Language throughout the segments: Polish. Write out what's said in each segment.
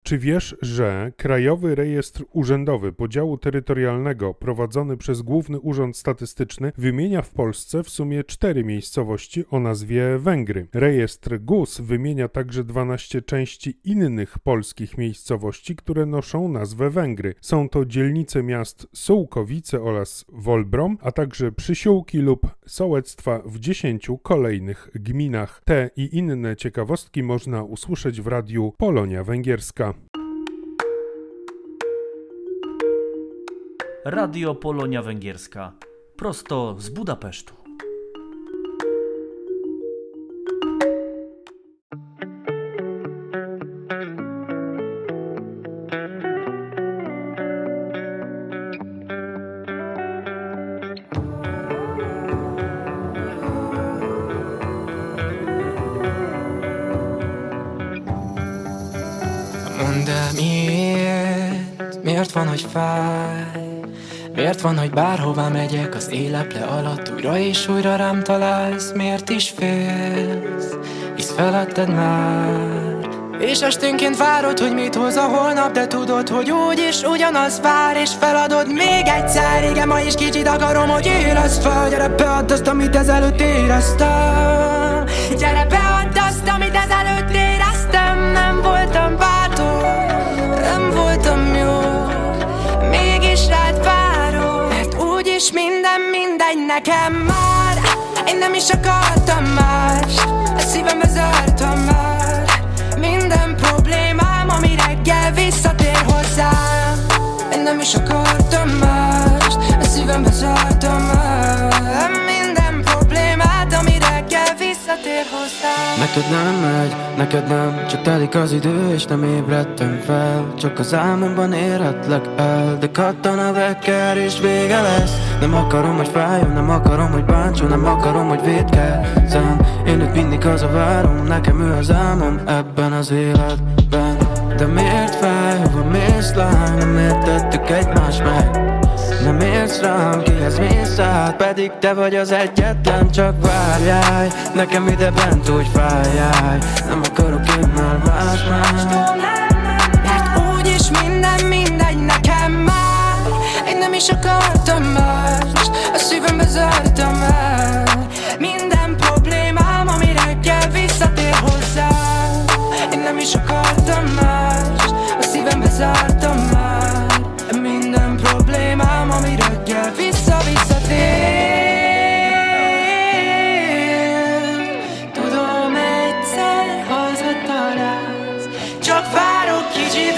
Czy wiesz, że Krajowy Rejestr Urzędowy Podziału Terytorialnego prowadzony przez Główny Urząd Statystyczny wymienia w Polsce w sumie 4 miejscowości o nazwie Węgry. Rejestr GUS wymienia także 12 części innych polskich miejscowości, które noszą nazwę Węgry. Są to dzielnice miast Sułkowice oraz Wolbrom, a także przysiółki lub sołectwa w 10 kolejnych gminach. Te i inne ciekawostki można usłyszeć w radiu Polonia Węgierska. Radio Polonia Węgierska. Prosto z Budapesztu. Mondd el miért van, hogy fáj? Miért van, hogy bárhová megyek az éleple alatt újra és újra rám találsz? Miért is félsz? Hisz feledted már. És esténként várod, hogy mit hoz a holnap, de tudod, hogy úgyis ugyanaz vár, és feladod még egyszer. Igen, ma is kicsit akarom, hogy élesz fel. Gyere, beadd azt, amit ezelőtt éreztem. Gyere, beadd azt, amit ezelőtt éreztem. Nem voltam bátor, nem voltam jó, mégis rád várok, mert úgyis minden mindegy nekem már. Én nem is akartam mást, a szívembe zártam már. Minden problémám, ami reggel visszatér hozzám. Én nem is akartam mást, a szívembe zártam már. Minden problémát, ami reggel visszatér hozzám. Neked nem megy, neked nem, csak telik az idő és nem ébredtem fel. Csak az álmomban érhetlek el, de kattan a vekker és vége lesz. Nem akarom, hogy fájjon, nem akarom, hogy bántson, nem akarom, hogy vétkezzem. Én őt mindig hazavárom, nekem ő az álmom ebben az életben. De miért fáj, hova mész lány, nem értettük egymást meg. Nem érsz rám, kihez mész át, pedig te vagy az egyetlen, csak várjál. Nekem ide bent úgy fájjál, nem akarok én már más. Mert úgyis minden mindegy nekem már. Én nem is akartam mást, a szívembe zártam már. Minden problémám, ami reggel visszatér hozzám. Én nem is akartam mást, a szívembe zártam már. Minden problémám, ami reggel visszatér. Tudom, egyszer hazatalálsz, csak várok kicsit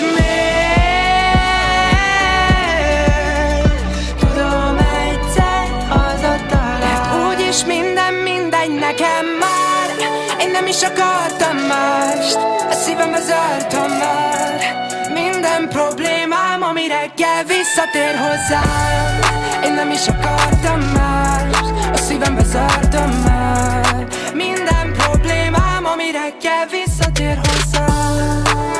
még. Tudom, egyszer hazatalálsz, mert úgyis minden mindegy nekem már. Én nem is akartam mást, a szívembe zártam már. Minden problémám, ami reggel visszatér hozzám. Én nem is akartam mást, a szívembe zártam már. Minden problémám, ami reggel visszatér hozzám.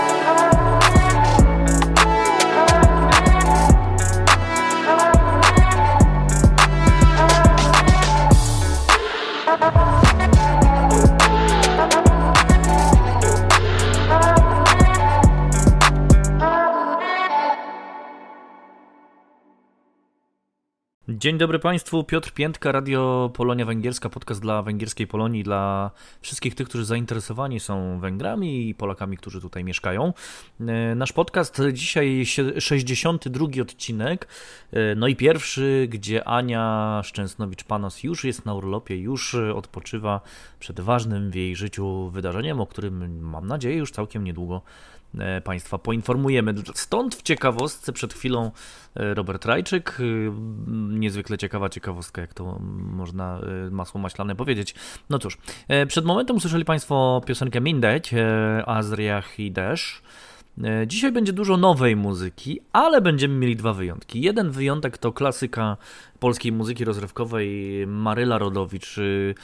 Dzień dobry Państwu, Piotr Piętka, Radio Polonia Węgierska, podcast dla węgierskiej Polonii, dla wszystkich tych, którzy zainteresowani są Węgrami i Polakami, którzy tutaj mieszkają. Nasz podcast dzisiaj 62 odcinek, no i pierwszy, gdzie Ania Szczęsnowicz-Panos już jest na urlopie, już odpoczywa przed ważnym w jej życiu wydarzeniem, o którym mam nadzieję już całkiem niedługo Państwa poinformujemy. Stąd w ciekawostce przed chwilą Robert Rajczyk. Niezwykle ciekawa ciekawostka, jak to można masło maślane powiedzieć. No cóż, przed momentem usłyszeli Państwo piosenkę Mindegy, Azriach i Deszcz. Dzisiaj będzie dużo nowej muzyki, ale będziemy mieli dwa wyjątki. Jeden wyjątek to klasyka polskiej muzyki rozrywkowej Maryla Rodowicz.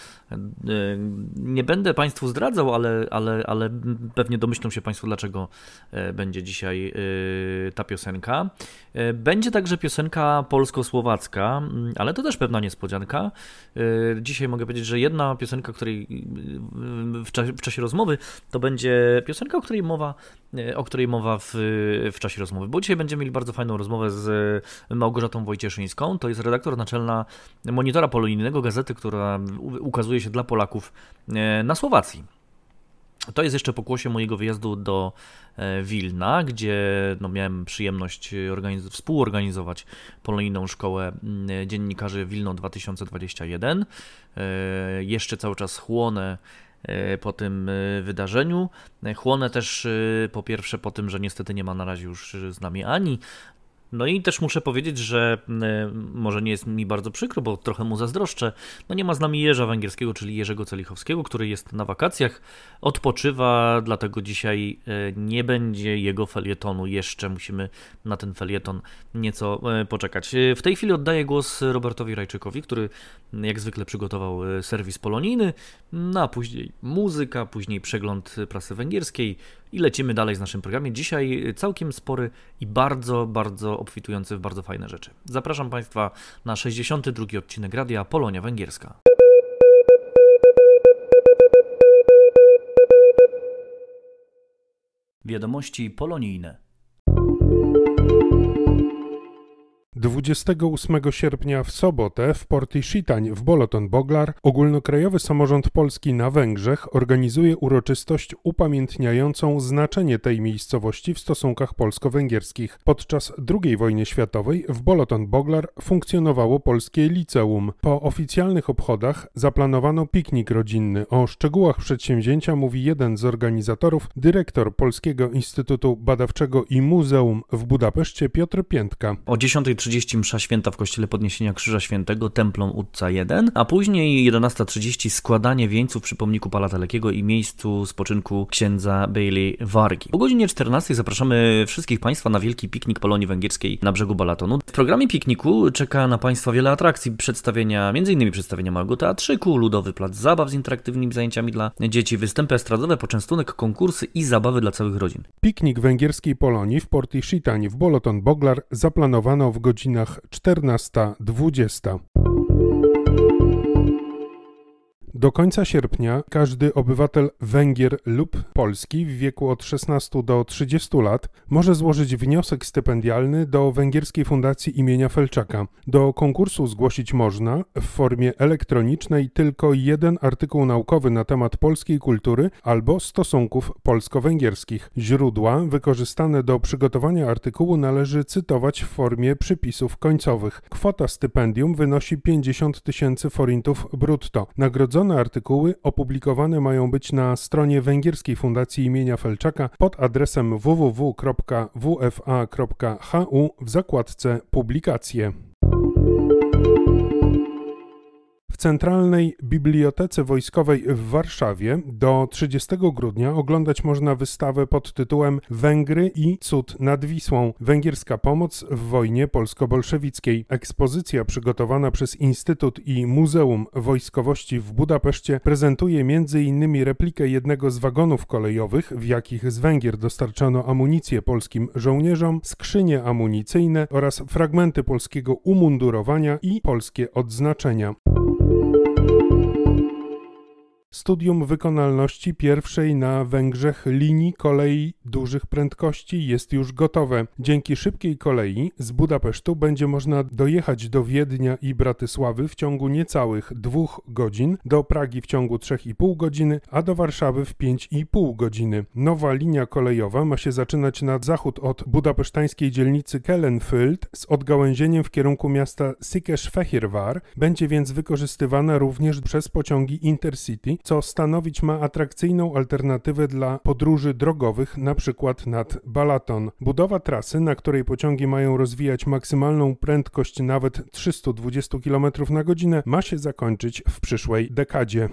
Nie będę Państwu zdradzał, ale pewnie domyślą się Państwo, dlaczego będzie dzisiaj ta piosenka. Będzie także piosenka polsko-słowacka, ale to też pewna niespodzianka. Dzisiaj mogę powiedzieć, że jedna piosenka, w czasie rozmowy, to będzie piosenka, o której mowa w czasie rozmowy. Bo dzisiaj będziemy mieli bardzo fajną rozmowę z Małgorzatą Wojcieszyńską. To jest redaktor naczelna Monitora Polonijnego, gazety, która ukazuje się dla Polaków na Słowacji. To jest jeszcze pokłosie mojego wyjazdu do Wilna, gdzie miałem przyjemność współorganizować polonijną szkołę dziennikarzy Wilno 2021. Jeszcze cały czas chłonę po tym wydarzeniu. Chłonę też po pierwsze po tym, że niestety nie ma na razie już z nami Ani. No i też muszę powiedzieć, że może nie jest mi bardzo przykro, bo trochę mu zazdroszczę. Nie ma z nami Jerza Węgierskiego, czyli Jerzego Celichowskiego, który jest na wakacjach, odpoczywa, dlatego dzisiaj nie będzie jego felietonu. Jeszcze musimy na ten felieton nieco poczekać. W tej chwili oddaję głos Robertowi Rajczykowi, który jak zwykle przygotował serwis polonijny, a później muzyka, później przegląd prasy węgierskiej i lecimy dalej z naszym programem. Dzisiaj całkiem spory i bardzo, bardzo obfitujący w bardzo fajne rzeczy. Zapraszam Państwa na 62. odcinek Radia Polonia Węgierska. Wiadomości polonijne. 28 sierpnia w sobotę w Portisitań w Boloton-Boglar ogólnokrajowy samorząd polski na Węgrzech organizuje uroczystość upamiętniającą znaczenie tej miejscowości w stosunkach polsko-węgierskich. Podczas II wojny światowej w Boloton-Boglar funkcjonowało polskie liceum. Po oficjalnych obchodach zaplanowano piknik rodzinny. O szczegółach przedsięwzięcia mówi jeden z organizatorów, dyrektor Polskiego Instytutu Badawczego i Muzeum w Budapeszcie Piotr Piętka. O 10:30 msza święta w kościele Podniesienia Krzyża Świętego, Templon Utca 1, a później 11:30 składanie wieńców przy pomniku Pala Telekiego i miejscu spoczynku księdza Bailey Wargi. O godzinie 14 zapraszamy wszystkich Państwa na wielki piknik Polonii Węgierskiej na brzegu Balatonu. W programie pikniku czeka na Państwa wiele atrakcji, m.in. przedstawienia małego teatrzyku, ludowy plac zabaw z interaktywnymi zajęciami dla dzieci, występy estradowe, poczęstunek, konkursy i zabawy dla całych rodzin. Piknik węgierskiej Polonii w Portisitań w Boloton-Boglar zaplanowano w godzinach 14:20. Do końca sierpnia każdy obywatel Węgier lub Polski w wieku od 16 do 30 lat może złożyć wniosek stypendialny do Węgierskiej Fundacji imienia Felczaka. Do konkursu zgłosić można w formie elektronicznej tylko jeden artykuł naukowy na temat polskiej kultury albo stosunków polsko-węgierskich. Źródła wykorzystane do przygotowania artykułu należy cytować w formie przypisów końcowych. Kwota stypendium wynosi 50 000 forintów brutto. Nagrodzone artykuły opublikowane mają być na stronie Węgierskiej Fundacji imienia Felczaka pod adresem www.wfa.hu w zakładce Publikacje. W Centralnej Bibliotece Wojskowej w Warszawie do 30 grudnia oglądać można wystawę pod tytułem Węgry i cud nad Wisłą. Węgierska pomoc w wojnie polsko-bolszewickiej. Ekspozycja przygotowana przez Instytut i Muzeum Wojskowości w Budapeszcie prezentuje m.in. replikę jednego z wagonów kolejowych, w jakich z Węgier dostarczano amunicję polskim żołnierzom, skrzynie amunicyjne oraz fragmenty polskiego umundurowania i polskie odznaczenia. Studium wykonalności pierwszej na Węgrzech linii kolei dużych prędkości jest już gotowe. Dzięki szybkiej kolei z Budapesztu będzie można dojechać do Wiednia i Bratysławy w ciągu niecałych 2 godzin, do Pragi w ciągu 3,5 godziny, a do Warszawy w 5,5 godziny. Nowa linia kolejowa ma się zaczynać na zachód od budapesztańskiej dzielnicy Kelenföld z odgałęzieniem w kierunku miasta Székesfehérvár. Będzie więc wykorzystywana również przez pociągi Intercity, co stanowić ma atrakcyjną alternatywę dla podróży drogowych, na przykład nad Balaton. Budowa trasy, na której pociągi mają rozwijać maksymalną prędkość nawet 320 km na godzinę, ma się zakończyć w przyszłej dekadzie.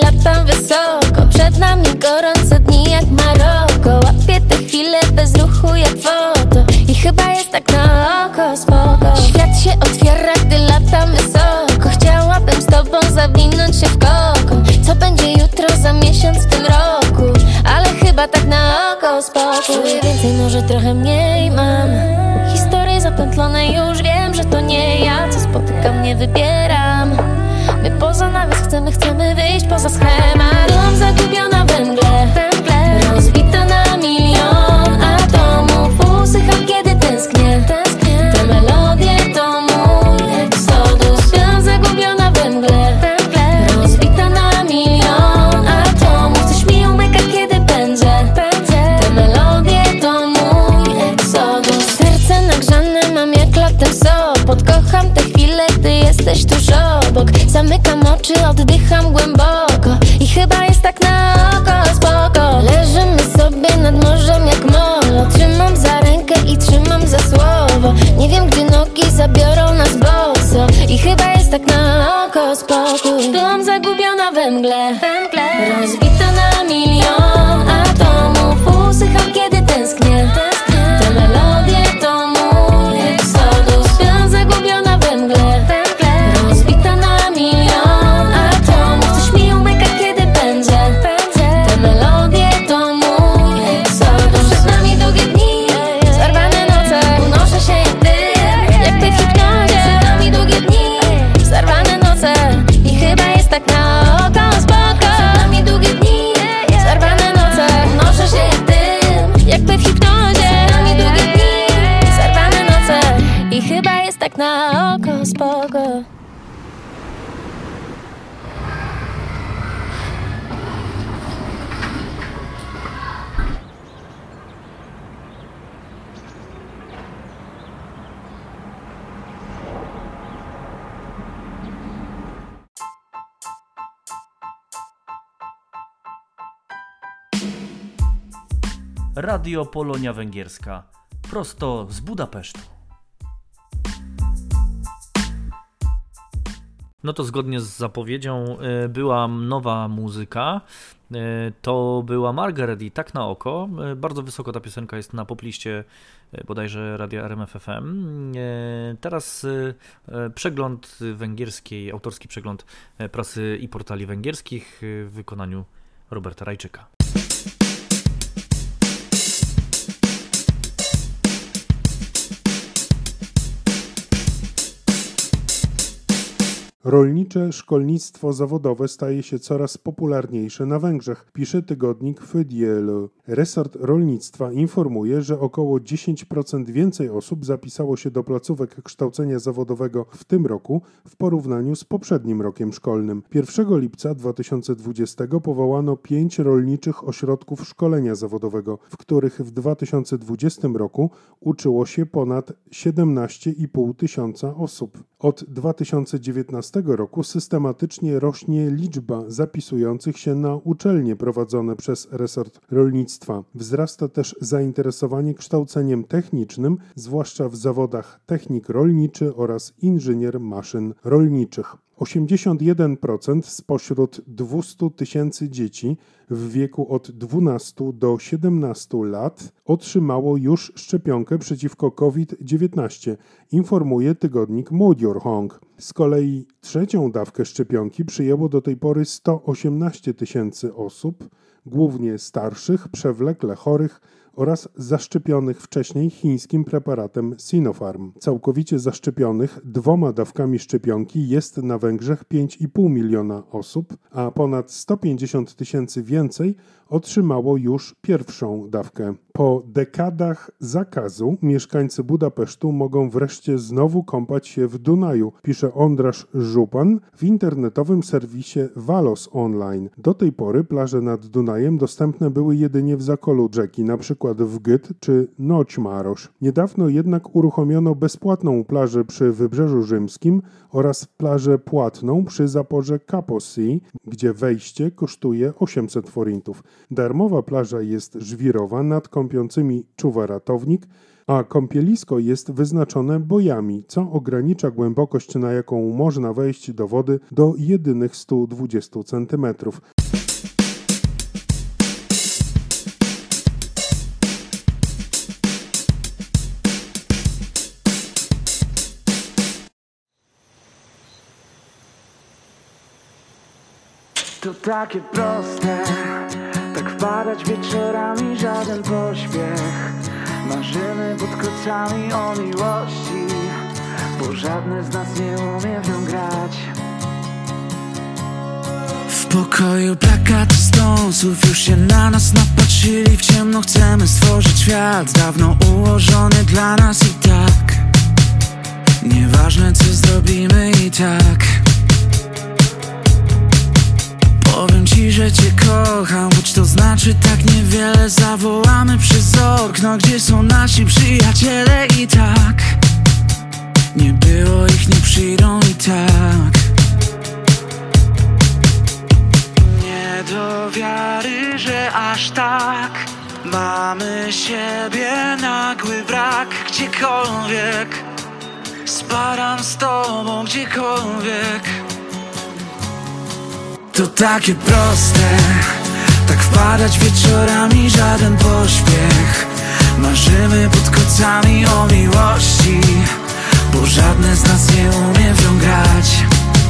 latam wysoko. Przed nami gorące dni jak Maroko. Łapię te chwile bez ruchu jak foto. I chyba jest tak na oko spoko. Świat się otwiera, gdy latam wysoko. Chciałabym z tobą zawinąć się w kokon. Co będzie jutro, za miesiąc, w tym roku? Ale chyba tak na oko spoko. Czuję więcej, może trochę mniej mam. Historie zapętlone, już wiem, że to nie ja. Co spotykam, nie wybieram. My poza nami chcemy wyjść poza schemat. Byłam zagubiona we mgle, rozbita na milion atomów. Usycham, kiedy tęsknię. Te melodie to mój eksodus. Byłam zagubiona we mgle, rozbita na milion atomów. Coś mi umyka, kiedy pędzę. Te melodie to mój eksodus. Serce nagrzane mam jak latem Sopot. Kocham te chwile, gdy jesteś tuż obok. Zamykam oczy, oddycham głęboko. I chyba jest tak na oko spoko. Leżymy sobie nad morzem jak molo. Trzymam za rękę i trzymam za słowo. Nie wiem, gdzie nogi zabiorą nas boso. I chyba jest tak na oko spokój. Byłam zagubiona we mgle, rozbita na milion atomów. Usycham, kiedy tęsknię. Te melodie to mój eksodus. Byłam zagubiona we mgle, rozbita na milion atomów. Coś mi umyka, kiedy pędzę. Te melodie to mój eksodus. Przed nami długie dni, zarwane noce. Unoszę się jak dym, jak ty w hipnozie. Przed nami długie dni, zarwane noce. I chyba jest tak na oko spoko. Przed nami długie dni, zarwane noce. Unoszę się jak dym, jak ty w hipnozie. Przed nami długie dni, zarwane noce. I chyba jest tak na oko spoko. Radio Polonia Węgierska, prosto z Budapesztu. No to zgodnie z zapowiedzią była nowa muzyka. To była Margaret i Tak na oko. Bardzo wysoko ta piosenka jest na popliście bodajże Radia RMF FM. Teraz przegląd węgierskiej, autorski przegląd prasy i portali węgierskich w wykonaniu Roberta Rajczyka. Rolnicze szkolnictwo zawodowe staje się coraz popularniejsze na Węgrzech, pisze tygodnik Fődielő. Resort rolnictwa informuje, że około 10% więcej osób zapisało się do placówek kształcenia zawodowego w tym roku w porównaniu z poprzednim rokiem szkolnym. 1 lipca 2020 powołano 5 rolniczych ośrodków szkolenia zawodowego, w których w 2020 roku uczyło się ponad 17,5 tysiąca osób. Od 2019 roku systematycznie rośnie liczba zapisujących się na uczelnie prowadzone przez resort rolnictwa. Wzrasta też zainteresowanie kształceniem technicznym, zwłaszcza w zawodach technik rolniczy oraz inżynier maszyn rolniczych. 81% spośród 200 tysięcy dzieci w wieku od 12 do 17 lat otrzymało już szczepionkę przeciwko COVID-19, informuje tygodnik Magyarhang. Z kolei trzecią dawkę szczepionki przyjęło do tej pory 118 tysięcy osób, głównie starszych, przewlekle chorych oraz zaszczepionych wcześniej chińskim preparatem Sinopharm. Całkowicie zaszczepionych 2 dawkami szczepionki jest na Węgrzech 5,5 miliona osób, a ponad 150 tysięcy więcej otrzymało już pierwszą dawkę. Po dekadach zakazu mieszkańcy Budapesztu mogą wreszcie znowu kąpać się w Dunaju, pisze Ondrasz Żupan w internetowym serwisie Valos Online. Do tej pory plaże nad Dunajem dostępne były jedynie w zakolu rzeki, np. przykład w Gyt czy Noćmarosz. Niedawno jednak uruchomiono bezpłatną plażę przy Wybrzeżu Rzymskim oraz plażę płatną przy zaporze Kaposii, gdzie wejście kosztuje 800 forintów. Darmowa plaża jest żwirowa, nad kąpiącymi czuwa ratownik, a kąpielisko jest wyznaczone bojami, co ogranicza głębokość, na jaką można wejść do wody, do jedynych 120 cm. To takie proste, tak wpadać wieczorami, żaden pośpiech. Marzymy pod kocami o miłości, bo żadne z nas nie umie w nią grać. W pokoju plakaty stąsów już się na nas napatrzyli. W ciemno chcemy stworzyć świat dawno ułożony dla nas i tak. Nieważne co zrobimy i tak. Powiem ci, że cię kocham, choć to znaczy tak niewiele. Zawołamy przez okno, gdzie są nasi przyjaciele i tak. Nie było ich, nie przyjdą i tak. Nie do wiary, że aż tak mamy siebie, nagły brak. Gdziekolwiek spadam z tobą, gdziekolwiek. To takie proste, tak wpadać wieczorami, żaden pośpiech. Marzymy pod kocami o miłości, bo żadne z nas nie umie w nią grać.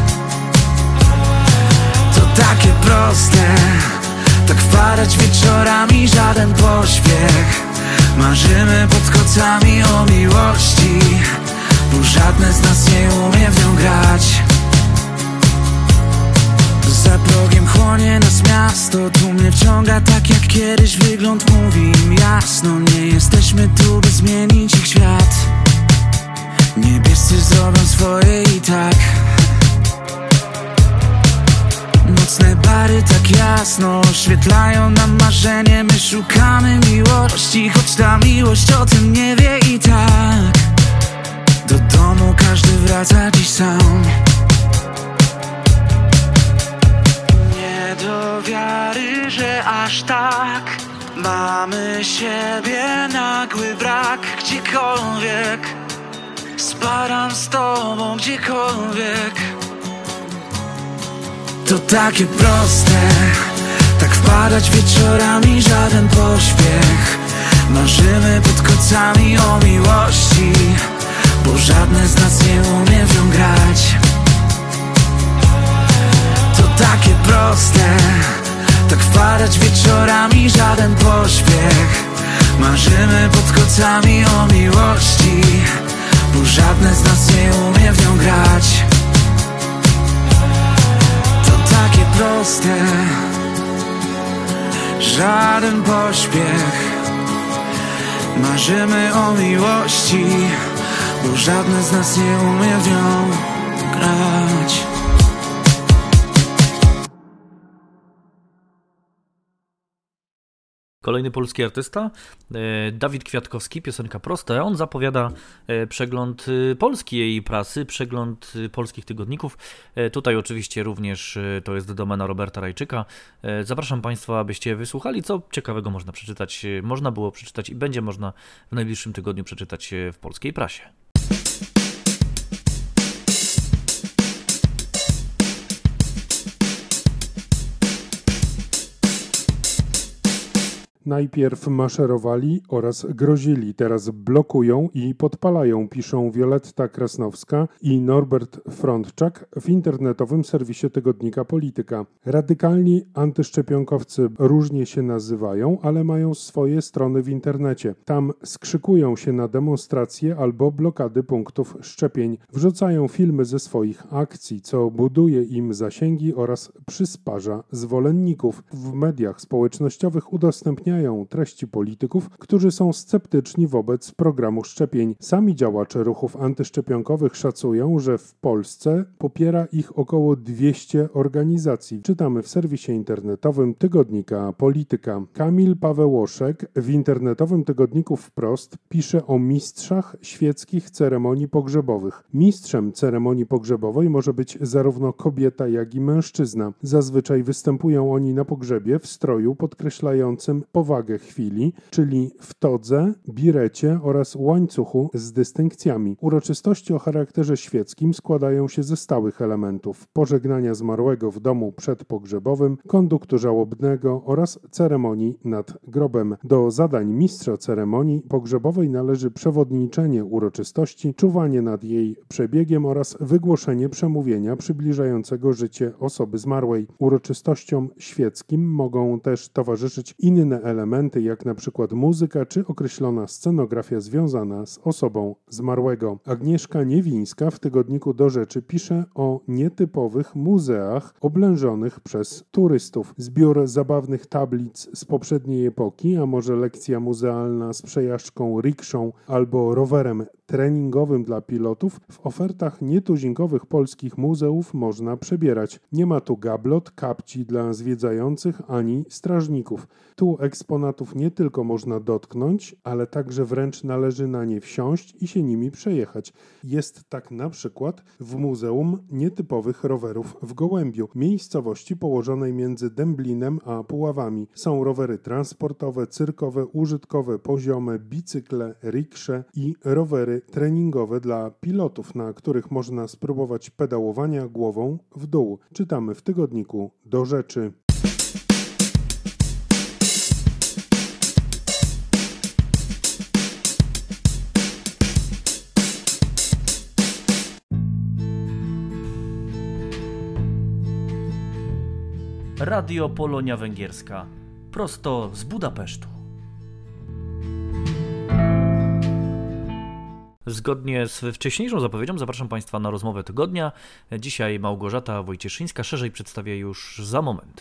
To takie proste, tak wpadać wieczorami, żaden pośpiech. Marzymy pod kocami o miłości, bo żadne z nas nie umie w nią grać. Za progiem chłonie nas miasto, tu mnie wciąga tak jak kiedyś. Wygląd mówi im jasno, nie jesteśmy tu, by zmienić ich świat. Niebiescy zrobią swoje i tak. Nocne bary tak jasno oświetlają nam marzenie. My szukamy miłości, choć ta miłość o tym nie wie i tak. Do domu każdy wraca dziś sam. Do wiary, że aż tak mamy siebie, nagły brak. Gdziekolwiek spadam z tobą, gdziekolwiek. To takie proste, tak wpadać wieczorami, żaden pośpiech. Marzymy pod kocami o miłości, bo żadne z nas nie umie w nią grać. To takie proste, tak wpadać wieczorami, żaden pośpiech. Marzymy pod kocami o miłości, bo żadne z nas nie umie w nią grać. To takie proste, żaden pośpiech. Marzymy o miłości, bo żadne z nas nie umie w nią grać. Kolejny polski artysta, Dawid Kwiatkowski, piosenka Proste. On zapowiada przegląd polskiej prasy, przegląd polskich tygodników. Tutaj oczywiście również to jest domena Roberta Rajczyka. Zapraszam Państwa, abyście wysłuchali, co ciekawego można było przeczytać i będzie można w najbliższym tygodniu przeczytać w polskiej prasie. Najpierw maszerowali oraz grozili, teraz blokują i podpalają, piszą Wioletta Krasnowska i Norbert Frądczak w internetowym serwisie tygodnika Polityka. Radykalni antyszczepionkowcy różnie się nazywają, ale mają swoje strony w internecie. Tam skrzykują się na demonstracje albo blokady punktów szczepień. Wrzucają filmy ze swoich akcji, co buduje im zasięgi oraz przysparza zwolenników. W mediach społecznościowych udostępniają uzasadniają treści polityków, którzy są sceptyczni wobec programu szczepień. Sami działacze ruchów antyszczepionkowych szacują, że w Polsce popiera ich około 200 organizacji. Czytamy w serwisie internetowym tygodnika Polityka. Kamil Pawełoszek w internetowym tygodniku Wprost pisze o mistrzach świeckich ceremonii pogrzebowych. Mistrzem ceremonii pogrzebowej może być zarówno kobieta, jak i mężczyzna. Zazwyczaj występują oni na pogrzebie w stroju podkreślającym powagę chwili, czyli w todze, birecie oraz łańcuchu z dystynkcjami. Uroczystości o charakterze świeckim składają się ze stałych elementów: pożegnania zmarłego w domu przedpogrzebowym, konduktu żałobnego oraz ceremonii nad grobem. Do zadań mistrza ceremonii pogrzebowej należy przewodniczenie uroczystości, czuwanie nad jej przebiegiem oraz wygłoszenie przemówienia przybliżającego życie osoby zmarłej. Uroczystościom świeckim mogą też towarzyszyć inne elementy, jak na przykład muzyka czy określona scenografia związana z osobą zmarłego. Agnieszka Niewińska w tygodniku Do Rzeczy pisze o nietypowych muzeach oblężonych przez turystów. Zbiór zabawnych tablic z poprzedniej epoki, a może lekcja muzealna z przejażdżką rikszą albo rowerem treningowym dla pilotów, w ofertach nietuzinkowych polskich muzeów można przebierać. Nie ma tu gablot, kapci dla zwiedzających ani strażników. Tu eksponatów nie tylko można dotknąć, ale także wręcz należy na nie wsiąść i się nimi przejechać. Jest tak na przykład w Muzeum Nietypowych Rowerów w Gołębiu, miejscowości położonej między Dęblinem a Puławami. Są rowery transportowe, cyrkowe, użytkowe, poziome, bicykle, riksze i rowery treningowe dla pilotów, na których można spróbować pedałowania głową w dół. Czytamy w tygodniku Do Rzeczy. Radio Polonia Węgierska, prosto z Budapesztu. Zgodnie z wcześniejszą zapowiedzią zapraszam Państwa na rozmowę tygodnia. Dzisiaj Małgorzata Wojcieszyńska, szerzej przedstawię już za moment.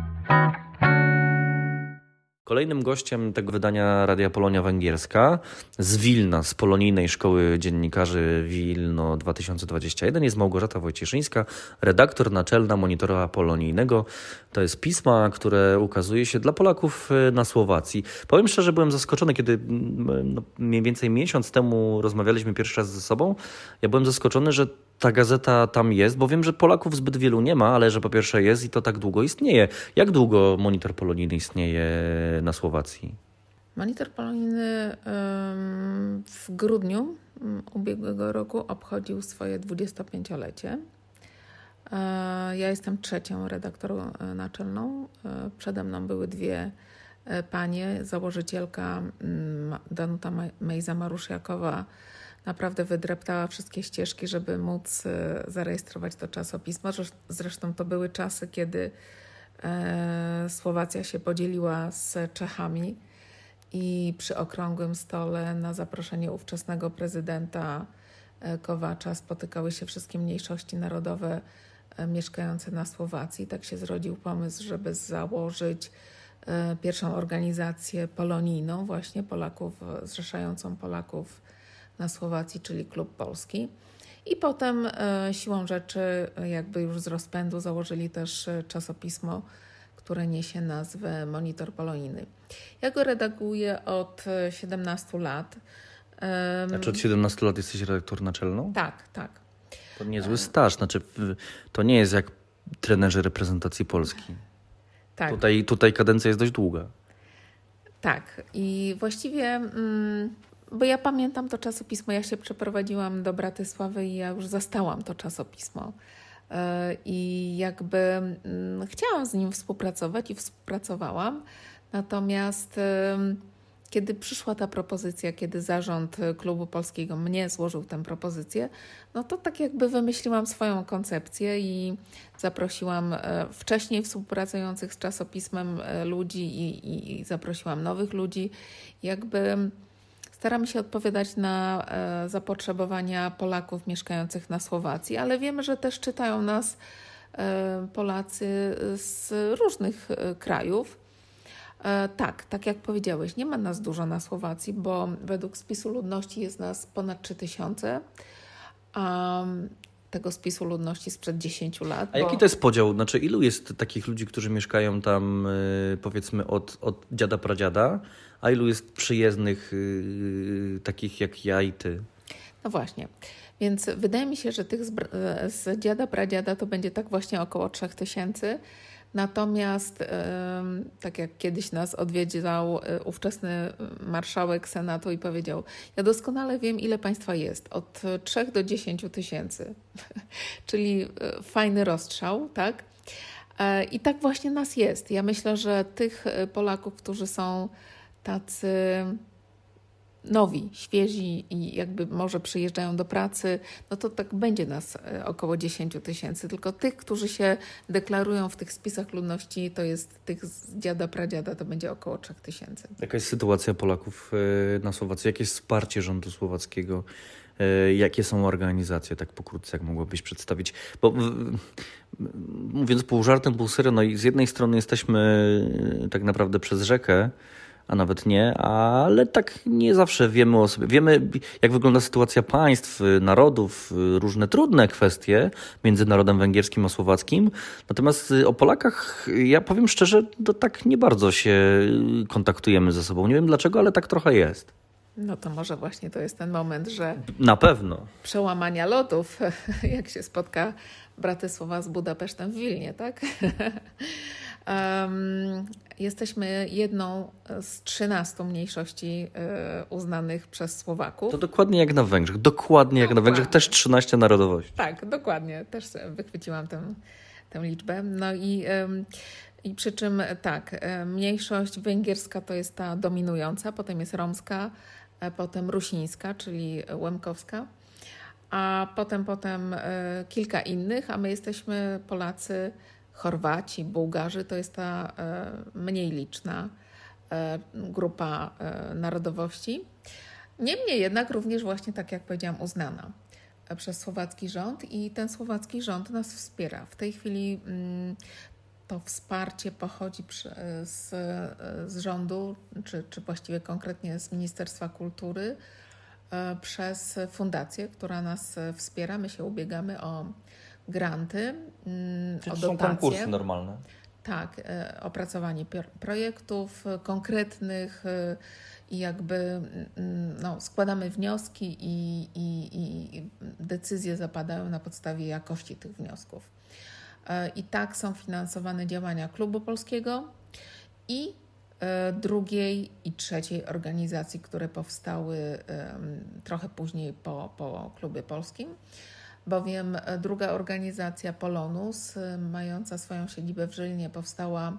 Kolejnym gościem tego wydania Radia Polonia Węgierska z Wilna, z Polonijnej Szkoły Dziennikarzy Wilno 2021 jest Małgorzata Wojcieszyńska, redaktor naczelna Monitora Polonijnego. To jest pisma, które ukazuje się dla Polaków na Słowacji. Powiem szczerze, byłem zaskoczony, kiedy mniej więcej miesiąc temu rozmawialiśmy pierwszy raz ze sobą. Ja byłem zaskoczony, że ta gazeta tam jest, bo wiem, że Polaków zbyt wielu nie ma, ale że po pierwsze jest i to tak długo istnieje. Jak długo Monitor Polonijny istnieje na Słowacji? Monitor Polonijny w grudniu ubiegłego roku obchodził swoje 25-lecie. Ja jestem trzecią redaktor naczelną. Przede mną były dwie panie. Założycielka Danuta Mejza-Marusziakowa naprawdę wydreptała wszystkie ścieżki, żeby móc zarejestrować to czasopismo. Zresztą to były czasy, kiedy Słowacja się podzieliła z Czechami i przy okrągłym stole na zaproszenie ówczesnego prezydenta Kowacza spotykały się wszystkie mniejszości narodowe mieszkające na Słowacji. Tak się zrodził pomysł, żeby założyć pierwszą organizację polonijną, właśnie Polaków, zrzeszającą Polaków na Słowacji, czyli Klub Polski. I potem siłą rzeczy, jakby już z rozpędu, założyli też czasopismo, które niesie nazwę Monitor Polonijny. Ja go redaguję od 17 lat. Znaczy od 17 lat jesteś redaktor naczelną? Tak, tak. To niezły staż, znaczy to nie jest jak trenerzy reprezentacji Polski. Tak. Tutaj kadencja jest dość długa. Tak i właściwie... Bo ja pamiętam to czasopismo, ja się przeprowadziłam do Bratysławy i ja już zastałam to czasopismo. I jakby chciałam z nim współpracować i współpracowałam. Natomiast kiedy przyszła ta propozycja, kiedy zarząd Klubu Polskiego mnie złożył tę propozycję, no to tak jakby wymyśliłam swoją koncepcję i zaprosiłam wcześniej współpracujących z czasopismem ludzi i zaprosiłam nowych ludzi. Jakby staramy się odpowiadać na zapotrzebowania Polaków mieszkających na Słowacji, ale wiemy, że też czytają nas Polacy z różnych krajów. Tak jak powiedziałeś, nie ma nas dużo na Słowacji, bo według spisu ludności jest nas ponad 3000, a tego spisu ludności sprzed 10 lat. A jaki to jest podział? Znaczy, ilu jest takich ludzi, którzy mieszkają tam, powiedzmy, od dziada, pradziada, a ilu jest przyjezdnych, takich jak ja i ty? No właśnie, więc wydaje mi się, że tych z dziada, pradziada to będzie tak właśnie około 3000. Natomiast tak jak kiedyś nas odwiedził ówczesny marszałek Senatu i powiedział, ja doskonale wiem, ile państwa jest, od 3 do 10 tysięcy, czyli fajny rozstrzał, tak? I tak właśnie nas jest. Ja myślę, że tych Polaków, którzy są tacy nowi, świezi i jakby może przyjeżdżają do pracy, no to tak będzie nas około 10 tysięcy. Tylko tych, którzy się deklarują w tych spisach ludności, to jest tych z dziada, pradziada, to będzie około 3000. Jaka jest sytuacja Polaków na Słowacji? Jakie jest wsparcie rządu słowackiego? Jakie są organizacje? Tak pokrótce, jak mogłabyś przedstawić? Bo mówiąc pół żartem, pół serio, no i z jednej strony jesteśmy tak naprawdę przez rzekę, a nawet nie, ale tak nie zawsze wiemy o sobie. Wiemy, jak wygląda sytuacja państw, narodów, różne trudne kwestie między narodem węgierskim a słowackim. Natomiast o Polakach, ja powiem szczerze, to tak nie bardzo się kontaktujemy ze sobą. Nie wiem dlaczego, ale tak trochę jest. No to może właśnie to jest ten moment, że na pewno przełamania lodów, jak się spotka Bratysława z Budapesztem w Wilnie, tak? Jesteśmy jedną z 13 mniejszości uznanych przez Słowaków. To dokładnie jak na Węgrzech. Dokładnie jak na Węgrzech. Też 13 narodowości. Tak, dokładnie. Też wychwyciłam tę liczbę. No i przy czym tak, mniejszość węgierska to jest ta dominująca, potem jest romska, potem rusińska, czyli łemkowska, a potem kilka innych, a my jesteśmy Polacy, Chorwaci, Bułgarzy, to jest ta mniej liczna grupa narodowości. Niemniej jednak również właśnie, tak jak powiedziałam, uznana przez słowacki rząd i ten słowacki rząd nas wspiera. W tej chwili to wsparcie pochodzi z rządu, czy właściwie konkretnie z Ministerstwa Kultury, przez fundację, która nas wspiera. My się ubiegamy o granty, czyli o to są dotacje. konkursy normalne. Tak, opracowanie projektów konkretnych i jakby składamy wnioski i decyzje zapadają na podstawie jakości tych wniosków. I tak są finansowane działania Klubu Polskiego i drugiej i trzeciej organizacji, które powstały trochę później po Klubie Polskim, bowiem druga organizacja Polonus, mająca swoją siedzibę w Żylnie, powstała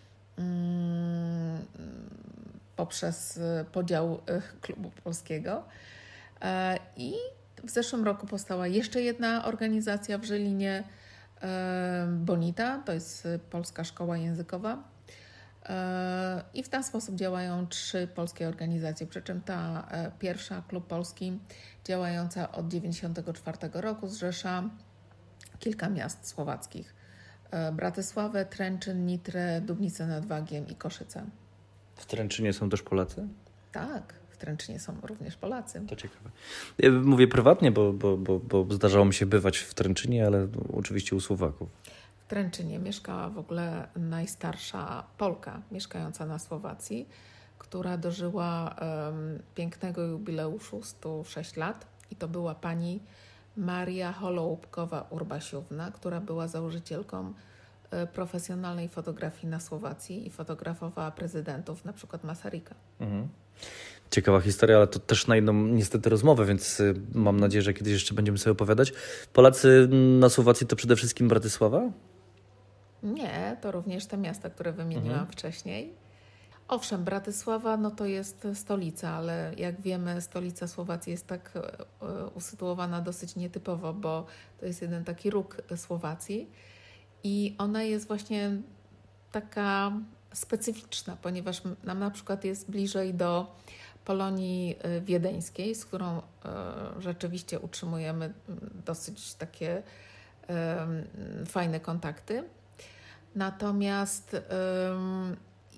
poprzez podział Klubu Polskiego i w zeszłym roku powstała jeszcze jedna organizacja w Żylinie, Bonita, to jest polska szkoła językowa. I w ten sposób działają 3 polskie organizacje, przy czym ta pierwsza, Klub Polski, działająca od 1994 roku, zrzesza kilka miast słowackich. Bratysławę, Tręczyn, Nitrę, Dubnicę nad Wagiem i Koszyce. W Tręczynie są też Polacy? Tak, w Tręczynie są również Polacy. To ciekawe. Ja mówię prywatnie, bo zdarzało mi się bywać w Tręczynie, ale oczywiście u Słowaków. W Tręczynie mieszkała w ogóle najstarsza Polka mieszkająca na Słowacji, która dożyła pięknego jubileuszu 106 lat i to była pani Maria Holoubkowa-Urbasiówna, która była założycielką profesjonalnej fotografii na Słowacji i fotografowała prezydentów, na przykład Masaryka. Mhm. Ciekawa historia, ale to też na inną niestety rozmowę, więc mam nadzieję, że kiedyś jeszcze będziemy sobie opowiadać. Polacy na Słowacji to przede wszystkim Bratysława? Nie, to również te miasta, które wymieniłam wcześniej. Owszem, Bratysława to jest stolica, ale jak wiemy, stolica Słowacji jest tak usytuowana dosyć nietypowo, bo to jest jeden taki róg Słowacji i ona jest właśnie taka specyficzna, ponieważ nam na przykład jest bliżej do Polonii wiedeńskiej, z którą rzeczywiście utrzymujemy dosyć takie fajne kontakty. Natomiast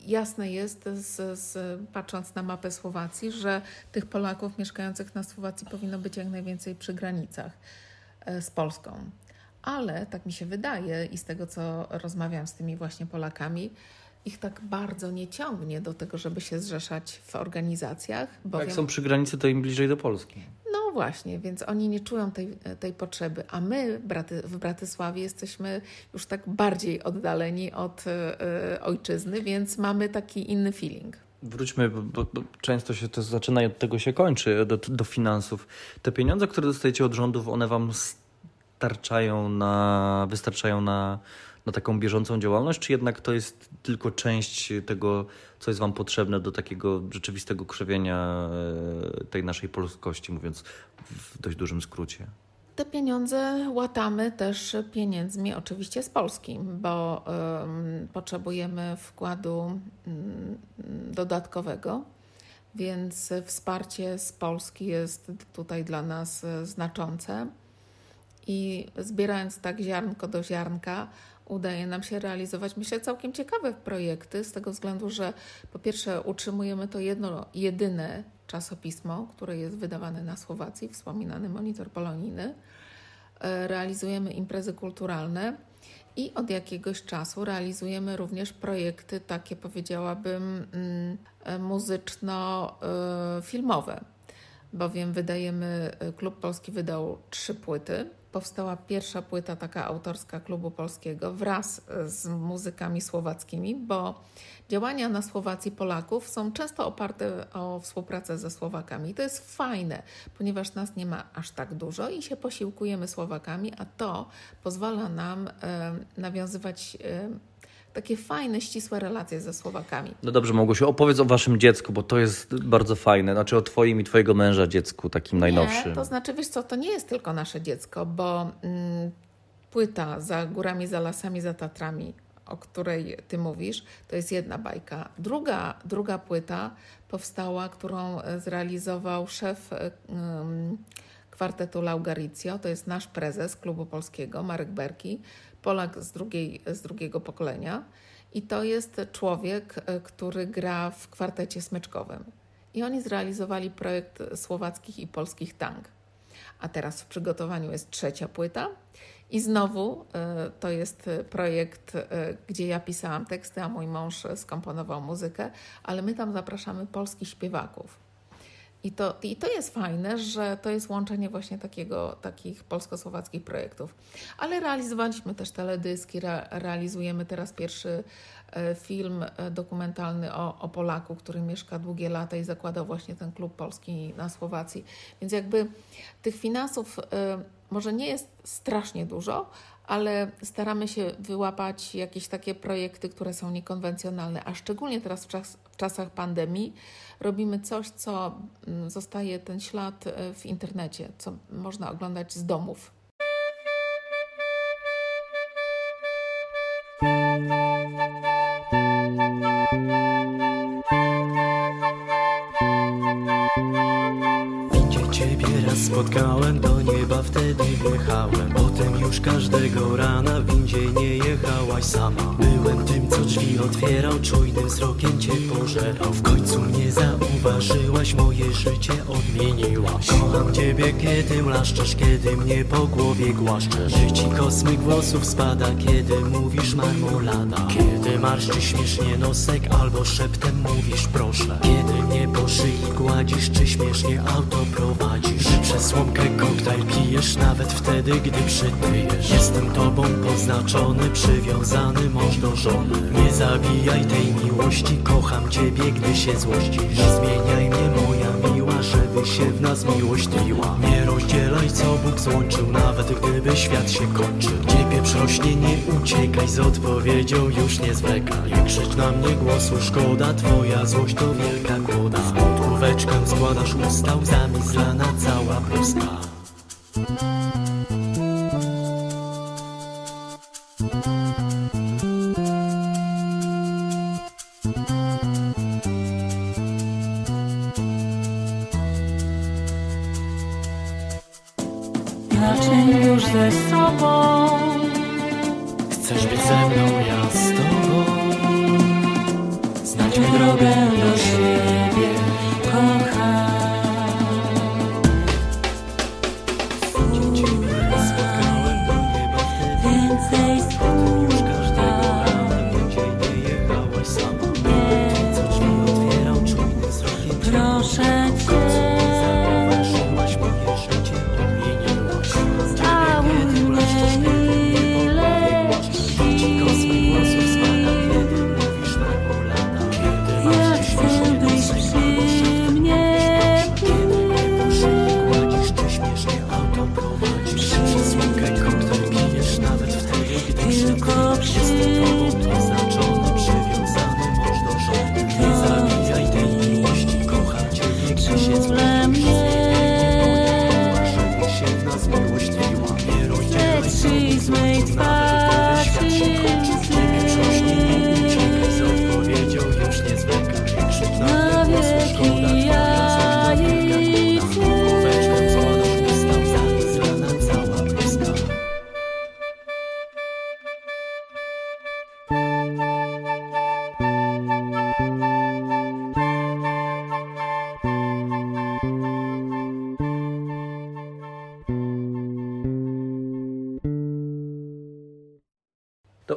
jasne jest, patrząc na mapę Słowacji, że tych Polaków mieszkających na Słowacji powinno być jak najwięcej przy granicach z Polską. Ale tak mi się wydaje i z tego, co rozmawiam z tymi właśnie Polakami, ich tak bardzo nie ciągnie do tego, żeby się zrzeszać w organizacjach. Jak są przy granicy, to im bliżej do Polski. No właśnie, więc oni nie czują tej potrzeby, a my w Bratysławie jesteśmy już tak bardziej oddaleni od ojczyzny, więc mamy taki inny feeling. Wróćmy, bo często się to zaczyna i od tego się kończy, do finansów. Te pieniądze, które dostajecie od rządów, one wam wystarczają na taką bieżącą działalność, czy jednak to jest tylko część tego, co jest wam potrzebne do takiego rzeczywistego krzewienia tej naszej polskości, mówiąc w dość dużym skrócie? Te pieniądze łatamy też pieniędzmi oczywiście z Polski, bo potrzebujemy wkładu dodatkowego, więc wsparcie z Polski jest tutaj dla nas znaczące i zbierając tak ziarnko do ziarnka udaje nam się realizować, myślę, całkiem ciekawe projekty z tego względu, że po pierwsze utrzymujemy to jedno, jedyne czasopismo, które jest wydawane na Słowacji, wspominany Monitor Polonijny. Realizujemy imprezy kulturalne i od jakiegoś czasu realizujemy również projekty takie, powiedziałabym, muzyczno-filmowe, bowiem Klub Polski wydał 3 płyty. Powstała pierwsza płyta taka autorska Klubu Polskiego wraz z muzykami słowackimi, bo działania na Słowacji Polaków są często oparte o współpracę ze Słowakami. To jest fajne, ponieważ nas nie ma aż tak dużo i się posiłkujemy Słowakami, a to pozwala nam nawiązywać takie fajne, ścisłe relacje ze Słowakami. No dobrze, Małgosiu, opowiedz o waszym dziecku, bo to jest bardzo fajne. Znaczy o twoim i twojego męża dziecku, takim najnowszym. Nie, to znaczy, wiesz co, to nie jest tylko nasze dziecko, bo płyta Za górami, za lasami, za Tatrami, o której ty mówisz, to jest jedna bajka. Druga płyta powstała, którą zrealizował szef kwartetu Laugarizio, to jest nasz prezes Klubu Polskiego, Marek Berki, Polak z drugiego pokolenia i to jest człowiek, który gra w kwartecie smyczkowym. I oni zrealizowali projekt słowackich i polskich tang. A teraz w przygotowaniu jest 3. płyta i znowu to jest projekt, gdzie ja pisałam teksty, a mój mąż skomponował muzykę, ale my tam zapraszamy polskich śpiewaków. I to jest fajne, że to jest łączenie właśnie takich polsko-słowackich projektów. Ale realizowaliśmy też teledyski, realizujemy teraz pierwszy film dokumentalny o Polaku, który mieszka długie lata i zakładał właśnie ten Klub Polski na Słowacji. Więc jakby tych finansów może nie jest strasznie dużo, ale staramy się wyłapać jakieś takie projekty, które są niekonwencjonalne, a szczególnie teraz w czasach pandemii robimy coś, co zostaje ten ślad w internecie, co można oglądać z domów. Spotkałem do nieba, wtedy jechałem. Potem już każdego rana w windzie nie jechałaś sama. Byłem tym, co drzwi otwierał, czujnym wzrokiem cię pożerał. W końcu mnie zauważyłaś, moje życie odmieniłaś. Kocham ciebie, kiedy mlaszczesz, kiedy mnie po głowie głaszczesz. Że ci kosmyk włosów spada, kiedy mówisz marmolada. Kiedy marszczysz śmiesznie nosek, albo szeptem mówisz proszę. Kiedy mnie po szyi gładzisz, czy śmiesznie auto prowadzisz. Przez słomkę koktajl pijesz, nawet wtedy, gdy przytyjesz. Jestem tobą poznaczony, przywiązany mąż do żony. Nie zabijaj tej miłości, kocham ciebie, gdy się złościsz. Nie zmieniaj mnie, moja miła, żeby się w nas miłość tliła. Nie rozdzielaj, co Bóg złączył, nawet gdyby świat się kończył. Gdzie pieprz rośnie, nie uciekaj, z odpowiedzią już nie zwlekaj. Nie krzycz na mnie, głosu szkoda, twoja złość to wielka kłoda. Z podłóweczką składasz usta, łzami zlana cała bluzka. Inaczej już ze sobą. Chcesz być ze mną, ja z tobą.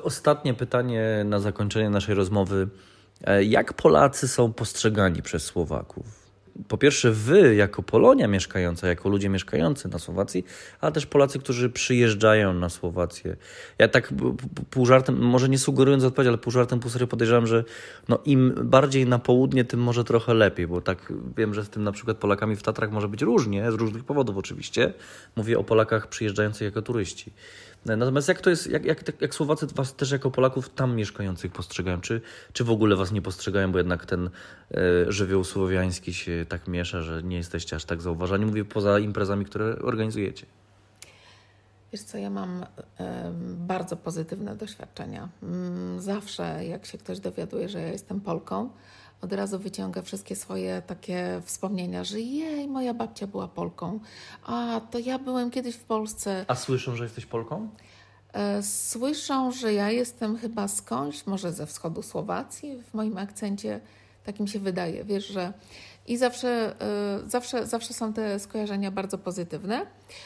ostatnie pytanie na zakończenie naszej rozmowy. Jak Polacy są postrzegani przez Słowaków? Po pierwsze wy jako Polonia mieszkająca, jako ludzie mieszkający na Słowacji, ale też Polacy, którzy przyjeżdżają na Słowację. Ja tak pół żartem, może nie sugerując odpowiedź, ale pół żartem, pół serio podejrzewam, że im bardziej na południe, tym może trochę lepiej, bo tak wiem, że z tym na przykład Polakami w Tatrach może być różnie, z różnych powodów oczywiście. Mówię o Polakach przyjeżdżających jako turyści. Natomiast jak to jest, jak Słowacy was też jako Polaków tam mieszkających postrzegają? Czy w ogóle was nie postrzegają, bo jednak ten żywioł słowiański się tak miesza, że nie jesteście aż tak zauważani? Mówię poza imprezami, które organizujecie. Wiesz co, ja mam bardzo pozytywne doświadczenia. Zawsze jak się ktoś dowiaduje, że ja jestem Polką, od razu wyciąga wszystkie swoje takie wspomnienia, że jej, moja babcia była Polką, a to ja byłem kiedyś w Polsce. A słyszą, że jesteś Polką? Słyszą, że ja jestem chyba skądś, może ze wschodu Słowacji, w moim akcencie, tak mi się wydaje, wiesz, że i zawsze są te skojarzenia bardzo pozytywne.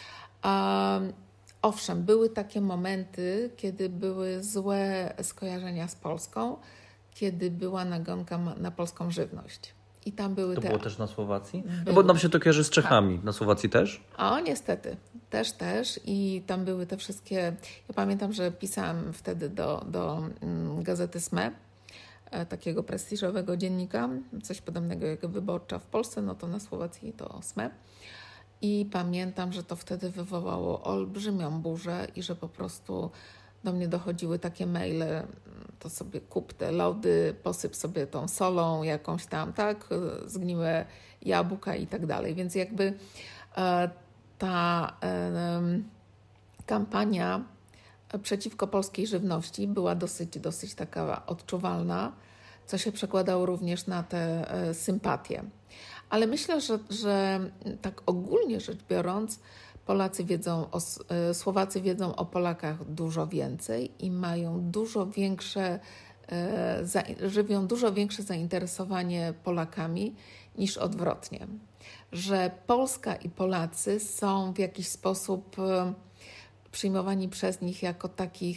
Owszem, były takie momenty, kiedy były złe skojarzenia z Polską, kiedy była nagonka na polską żywność. I tam były było też na Słowacji? No bo nam się to kojarzy z Czechami. Tak. Na Słowacji też? O, niestety. Też. I tam były te wszystkie... Ja pamiętam, że pisałam wtedy do gazety SME, takiego prestiżowego dziennika, coś podobnego jak Wyborcza w Polsce, no to na Słowacji to SME. I pamiętam, że to wtedy wywołało olbrzymią burzę i że po prostu do mnie dochodziły takie maile, to sobie kup te lody, posyp sobie tą solą jakąś tam, tak, zgniłe jabłka i tak dalej. Więc jakby ta kampania przeciwko polskiej żywności była dosyć taka odczuwalna, co się przekładało również na te sympatie. Ale myślę, że tak ogólnie rzecz biorąc, Słowacy wiedzą o Polakach dużo więcej i mają żywią dużo większe zainteresowanie Polakami niż odwrotnie. Że Polska i Polacy są w jakiś sposób przyjmowani przez nich jako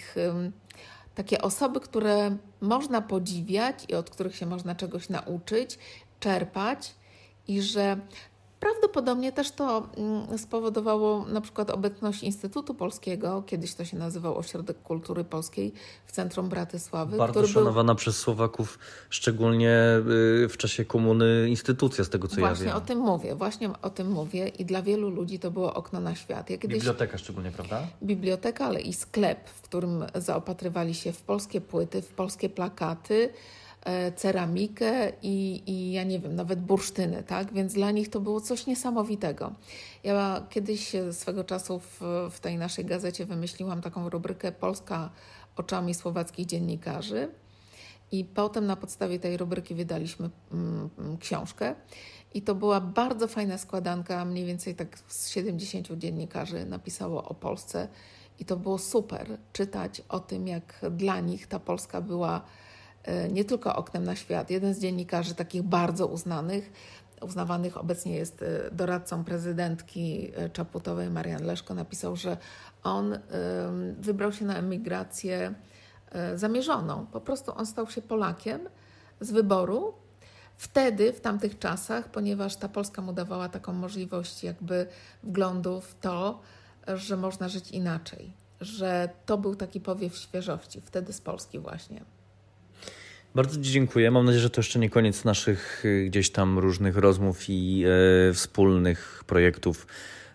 takie osoby, które można podziwiać i od których się można czegoś nauczyć, czerpać i że prawdopodobnie też to spowodowało na przykład obecność Instytutu Polskiego, kiedyś to się nazywał Ośrodek Kultury Polskiej w centrum Bratysławy. Bardzo szanowana przez Słowaków, szczególnie w czasie komuny instytucja, z tego co ja wiem. Właśnie o tym mówię i dla wielu ludzi to było okno na świat. Biblioteka szczególnie, prawda? Biblioteka, ale i sklep, w którym zaopatrywali się w polskie płyty, w polskie plakaty, ceramikę i ja nie wiem, nawet bursztyny, tak? Więc dla nich to było coś niesamowitego. Ja kiedyś swego czasu w tej naszej gazecie wymyśliłam taką rubrykę Polska oczami słowackich dziennikarzy i potem na podstawie tej rubryki wydaliśmy książkę i to była bardzo fajna składanka, mniej więcej tak z 70 dziennikarzy napisało o Polsce i to było super czytać o tym, jak dla nich ta Polska była nie tylko oknem na świat. Jeden z dziennikarzy takich bardzo uznawanych obecnie jest doradcą prezydentki Czaputowej, Marian Leszko, napisał, że on wybrał się na emigrację zamierzoną. Po prostu on stał się Polakiem z wyboru. Wtedy, w tamtych czasach, ponieważ ta Polska mu dawała taką możliwość jakby wglądu w to, że można żyć inaczej. Że to był taki powiew świeżości. Wtedy z Polski właśnie. Bardzo Ci dziękuję. Mam nadzieję, że to jeszcze nie koniec naszych gdzieś tam różnych rozmów i wspólnych projektów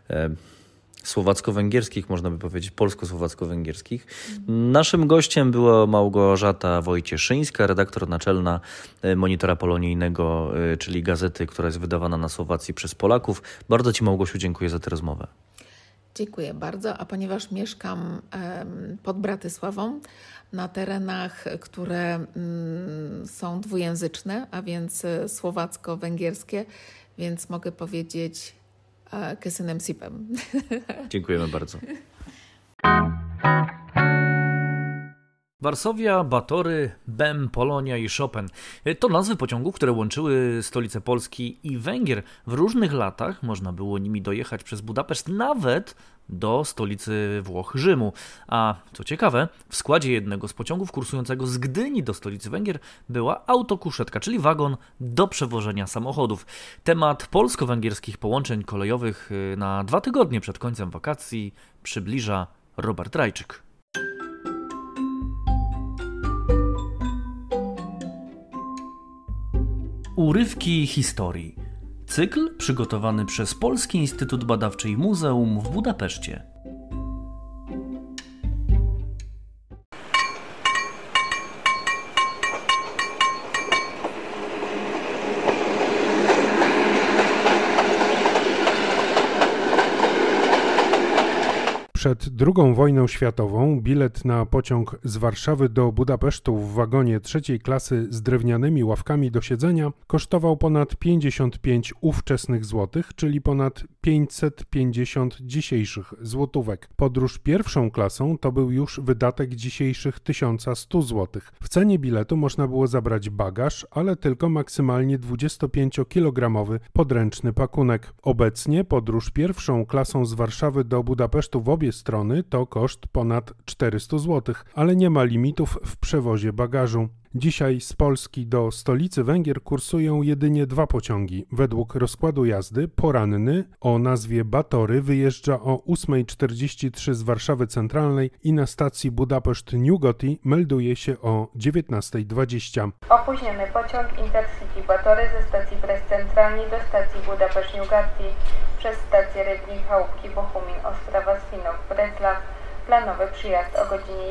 słowacko-węgierskich, można by powiedzieć, polsko-słowacko-węgierskich. Naszym gościem była Małgorzata Wojcieszyńska, redaktor naczelna Monitora Polonijnego, czyli gazety, która jest wydawana na Słowacji przez Polaków. Bardzo Ci, Małgosiu, dziękuję za tę rozmowę. Dziękuję bardzo, a ponieważ mieszkam pod Bratysławą, na terenach, które są dwujęzyczne, a więc słowacko-węgierskie, więc mogę powiedzieć Kesynem Sipem. Dziękujemy bardzo. Warszawia, Batory, Bem, Polonia i Chopin. To nazwy pociągów, które łączyły stolice Polski i Węgier. W różnych latach można było nimi dojechać przez Budapeszt, nawet do stolicy Włoch, Rzymu. A co ciekawe, w składzie jednego z pociągów kursującego z Gdyni do stolicy Węgier była autokuszetka, czyli wagon do przewożenia samochodów. Temat polsko-węgierskich połączeń kolejowych na 2 tygodnie przed końcem wakacji przybliża Robert Rajczyk. Urywki historii. Cykl przygotowany przez Polski Instytut Badawczy i Muzeum w Budapeszcie. Przed II wojną światową bilet na pociąg z Warszawy do Budapesztu w wagonie 3. klasy z drewnianymi ławkami do siedzenia kosztował ponad 55 ówczesnych złotych, czyli ponad 550 dzisiejszych złotówek. Podróż pierwszą klasą to był już wydatek dzisiejszych 1100 złotych. W cenie biletu można było zabrać bagaż, ale tylko maksymalnie 25-kilogramowy podręczny pakunek. Obecnie podróż pierwszą klasą z Warszawy do Budapesztu w obie strony to koszt ponad 400 zł, ale nie ma limitów w przewozie bagażu. Dzisiaj z Polski do stolicy Węgier kursują jedynie 2 pociągi. Według rozkładu jazdy poranny o nazwie Batory wyjeżdża o 8:43 z Warszawy Centralnej i na stacji Budapeszt-Nyugati melduje się o 19:20. Opóźniony pociąg Intercity Batory ze stacji Brest Centralnej do stacji Budapeszt-Nyugati przez stację Rybnik, Chałupki, Bochumin, Ostrawa, Swinow, Bresław. Planowy przyjazd o godzinie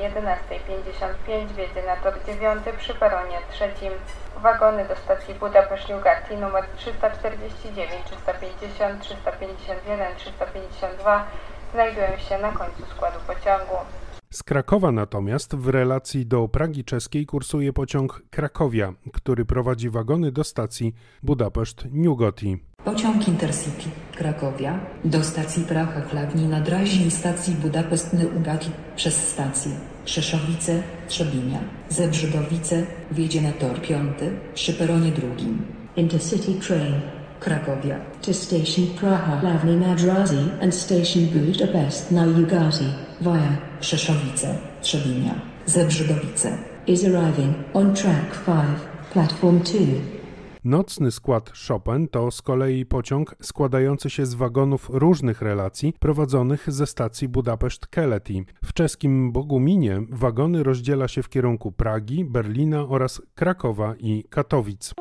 11:55 wjedzie na tor 9 przy peronie 3. Wagony do stacji Budapeszt-Nyugati numer 349, 350, 351, 352 znajdują się na końcu składu pociągu. Z Krakowa natomiast w relacji do Pragi czeskiej kursuje pociąg Krakowia, który prowadzi wagony do stacji Budapeszt-Nyugati. Pociąg Intercity Krakowia do stacji Praha Chladni na Draźni stacji Budapeszt-Nyugati przez stację Krzeszowice, Trzebinia, Zebrzydowice wjedzie na tor 5 przy peronie 2. Intercity train Krakowia to station Praha Chladni na Drazi and station Budapest-Nyugati via Krzeszowice, Trzebinia, Zebrzydowice is arriving on track 5, platform 2. Nocny skład Chopin to z kolei pociąg składający się z wagonów różnych relacji prowadzonych ze stacji Budapeszt-Keleti. W czeskim Boguminie wagony rozdziela się w kierunku Pragi, Berlina oraz Krakowa i Katowic.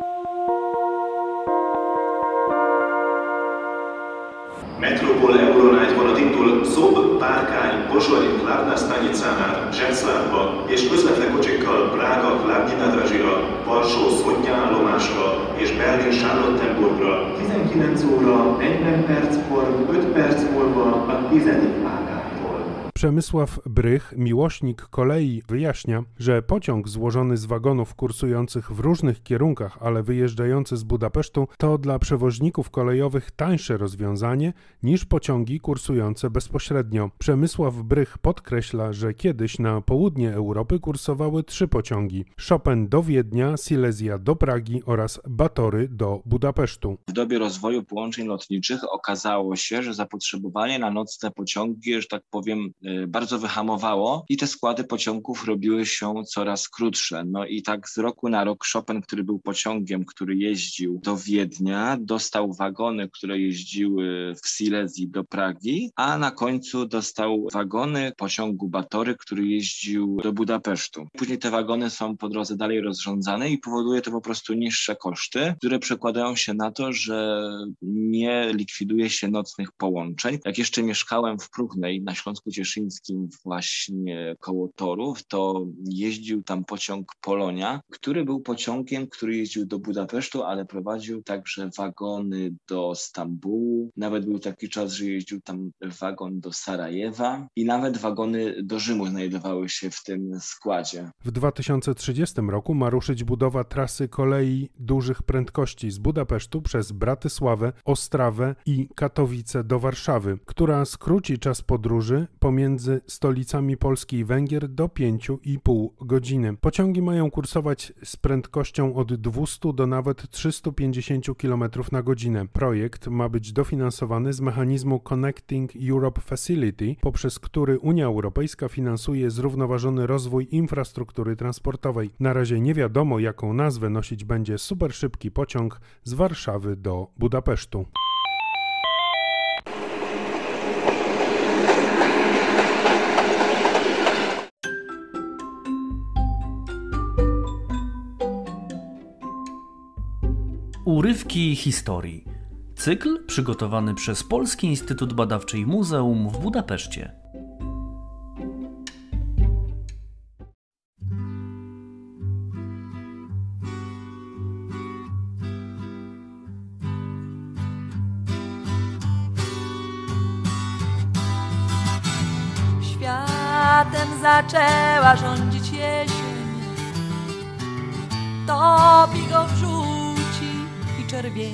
Metropol Euronagy vonatindul Zob, Párkány, Pozsony, Hlavna stanicánál Zseszlávba és közvetlen Prága, Hlavni na Drazsira, Varsó, Szottyán állomásra és Berlin Charlottenburgra 19 óra 40 perckor, 5 perc múlva a 10. Párkánytól. Przemysław Brych, miłośnik kolei, wyjaśnia, że pociąg złożony z wagonów kursujących w różnych kierunkach, ale wyjeżdżający z Budapesztu, to dla przewoźników kolejowych tańsze rozwiązanie niż pociągi kursujące bezpośrednio. Przemysław Brych podkreśla, że kiedyś na południe Europy kursowały 3 pociągi: Chopin do Wiednia, Silesia do Pragi oraz Batory do Budapesztu. W dobie rozwoju połączeń lotniczych okazało się, że zapotrzebowanie na nocne pociągi, że tak powiem, bardzo wyhamowało i te składy pociągów robiły się coraz krótsze. No i tak z roku na rok Chopin, który był pociągiem, który jeździł do Wiednia, dostał wagony, które jeździły w Silesii do Pragi, a na końcu dostał wagony pociągu Batory, który jeździł do Budapesztu. Później te wagony są po drodze dalej rozrządzane i powoduje to po prostu niższe koszty, które przekładają się na to, że nie likwiduje się nocnych połączeń. Jak jeszcze mieszkałem w Pruchnej na Śląsku Cieszyńskim, właśnie koło torów, to jeździł tam pociąg Polonia, który był pociągiem, który jeździł do Budapesztu, ale prowadził także wagony do Stambułu. Nawet był taki czas, że jeździł tam wagon do Sarajewa i nawet wagony do Rzymu znajdowały się w tym składzie. W 2030 roku ma ruszyć budowa trasy kolei dużych prędkości z Budapesztu przez Bratysławę, Ostrawę i Katowice do Warszawy, która skróci czas podróży pomiędzy między stolicami Polski i Węgier do 5,5 godziny. Pociągi mają kursować z prędkością od 200 do nawet 350 km na godzinę. Projekt ma być dofinansowany z mechanizmu Connecting Europe Facility, poprzez który Unia Europejska finansuje zrównoważony rozwój infrastruktury transportowej. Na razie nie wiadomo, jaką nazwę nosić będzie superszybki pociąg z Warszawy do Budapesztu. Urywki historii. Cykl przygotowany przez Polski Instytut Badawczy i Muzeum w Budapeszcie. Światem zaczęła rządzić jesień, topi go w żółci i czerwieni.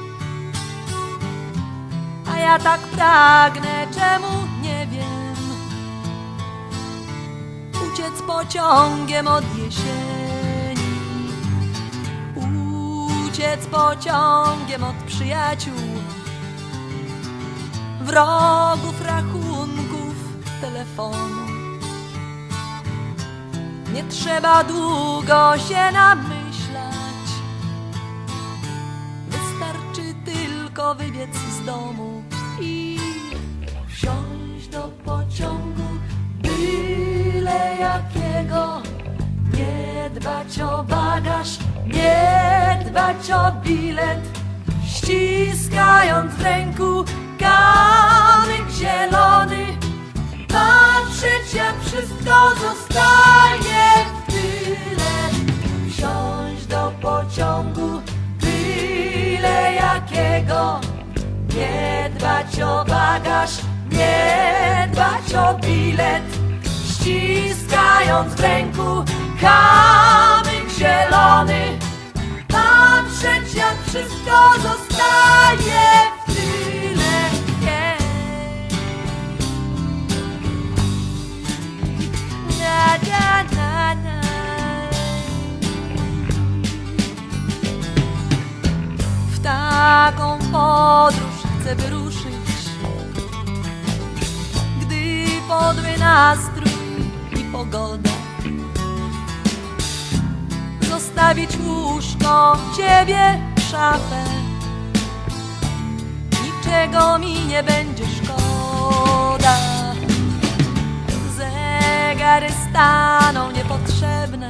A ja tak pragnę, czemu nie wiem, uciec pociągiem od jesieni, uciec pociągiem od przyjaciół, wrogów, rachunków, telefonu. Nie trzeba długo się namyślać, wystarczy tylko wybiec z domu i wsiąść do pociągu byle jakiego. Nie dbać o bagaż, nie dbać o bilet, ściskając w ręku kamyk zielony, patrzeć jak wszystko zostaje w tyle. Wsiąść do pociągu byle jakiego, nie dbać o bagaż, nie dbać o bilet, ściskając w ręku kamyk zielony, patrzeć jak wszystko zostaje w tyle. Na, na, na. W taką podróż chcę wyruszyć, gdy podły nastrój i pogoda. Zostawić łóżko, ciebie, szafę, niczego mi nie będzie szkoda. Zegary staną niepotrzebne,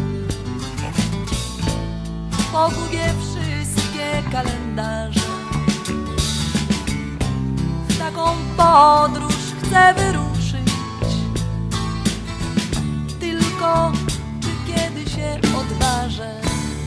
pogubię wszystkie kalendarze. W taką podróż chcę wyruszyć, tylko czy kiedy się odważę?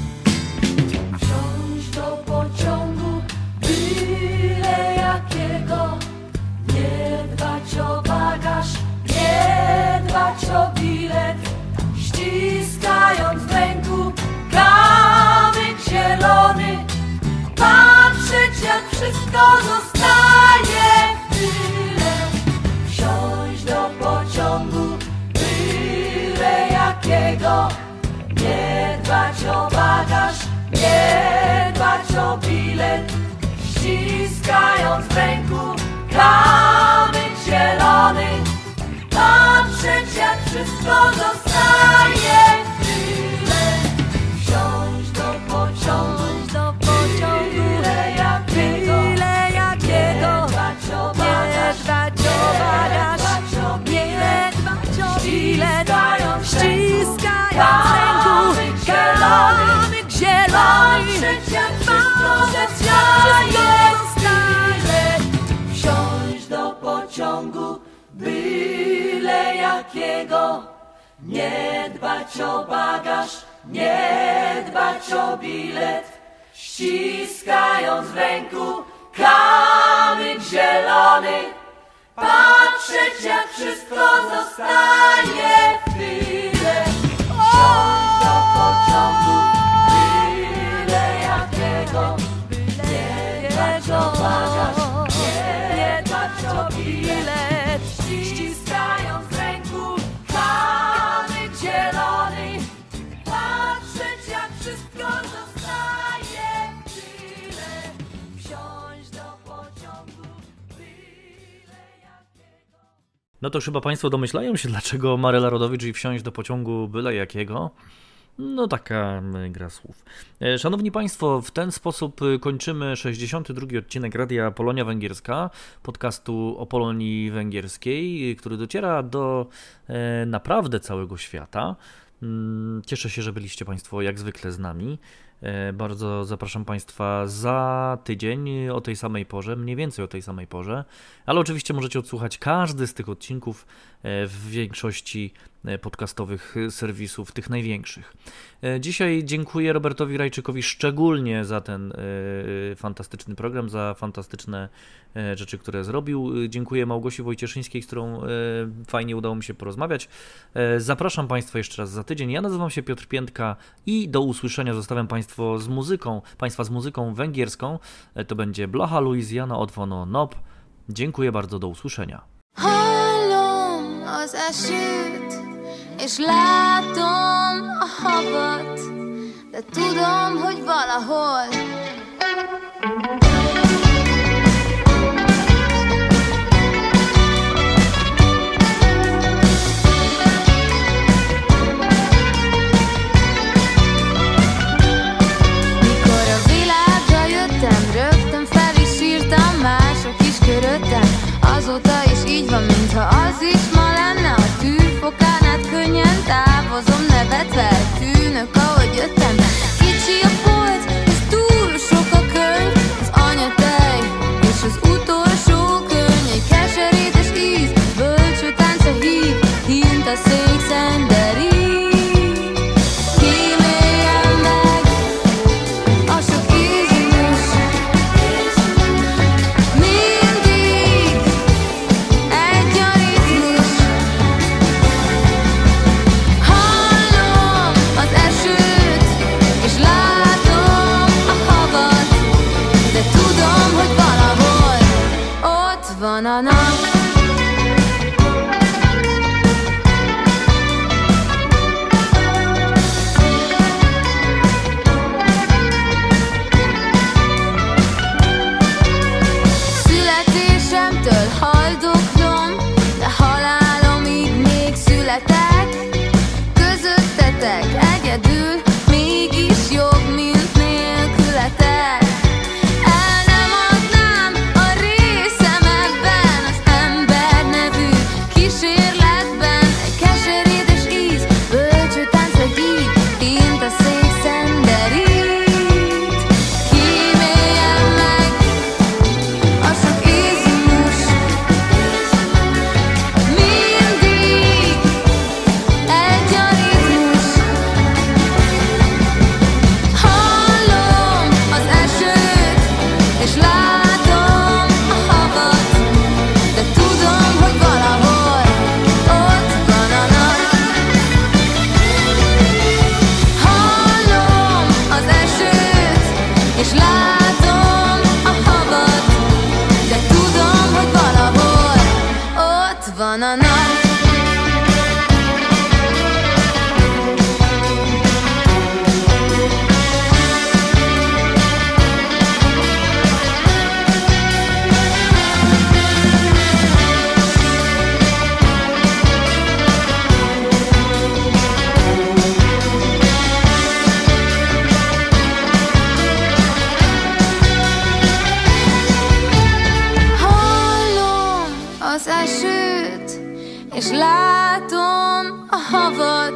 Wsiąść do pociągu byle jakiego, nie dbać o bagaż, nie dbać o bilet, ściskając w ręku kamyk zielony, patrzeć jak wszystko zostaje w tyle. Wsiąść do pociągu byle jakiego, nie dbać o bagaż, nie dbać o bilet, ściskając w ręku kamyk zielony, patrzeć jak wszystko zostaje w tyle. Wsiąść do pociągu byle jakiego, nie dbać o bagaż, nie dbać o bilet, ściskając w ręku kamyk zielony, patrzeć jak wszystko zostaje w tyle. Wsiąść do pociągu byle jakiego, nie dbać o bagaż, nie dbać o bilet, ściskając w ręku kamyk zielony, patrzeć jak wszystko zostaje w tyle. Wsiąść do pociągu byle jakiego, nie dbać o bagaż, nie dbać o bilet, ściskając No to chyba Państwo domyślają się, dlaczego Maryla Rodowicz i wsiąść do pociągu byle jakiego. No taka gra słów. Szanowni Państwo, w ten sposób kończymy 62. odcinek Radia Polonia Węgierska, podcastu o Polonii Węgierskiej, który dociera do naprawdę całego świata. Cieszę się, że byliście Państwo jak zwykle z nami. Bardzo zapraszam Państwa za tydzień o tej samej porze, mniej więcej o tej samej porze, ale oczywiście możecie odsłuchać każdy z tych odcinków w większości podcastowych serwisów, tych największych. Dzisiaj dziękuję Robertowi Rajczykowi szczególnie za ten fantastyczny program, za fantastyczne rzeczy, które zrobił. Dziękuję Małgosi Wojcieszyńskiej, z którą fajnie udało mi się porozmawiać. Zapraszam Państwa jeszcze raz za tydzień. Ja nazywam się Piotr Piętka i do usłyszenia zostawiam Państwa z muzyką węgierską. To będzie Blaha Louisiana od Vono Nop. Dziękuję bardzo, do usłyszenia. Hallom az esőt, és látom a havat, de tudom, hogy valahol mikor a világra jöttem, rögtön fel is írtam mások is köröttem. Azóta is így van, mintha az is ma lenne. A tűfokán át könnyen távozom, nevetve tűnök, ahogy jöttem. Kicsi a polc, és túl sok a könyv, az anyatej és az utolsó könny. Egy keserédes íz, bölcső tánca hív, hint a szék szenderít. Kíméljem meg a sok ízűs, mindig egy a ritmus. Hallom az esőt, és látom a havat, de tudom, hogy valahol ott van a nap. Születésemtől haldoklom, de halálomig még születek. Közöttetek egyedül, mégis jobb, mint nélkületek. El nem adnám a részem ebben az ember nevű kísérletben. Egy keserédes íz, bölcső táncra hív, hint a szék szenderít. Kíméljem meg a sok izmus, mindig egy a ritmus. Hallom az esőt, és látom a havat, de tudom, hogy valahol ott van a nap. Hallom az esőt, és látom a havat, de tudom, hogy valahol ott van a nap. Hallom az esőt, és látom a havat,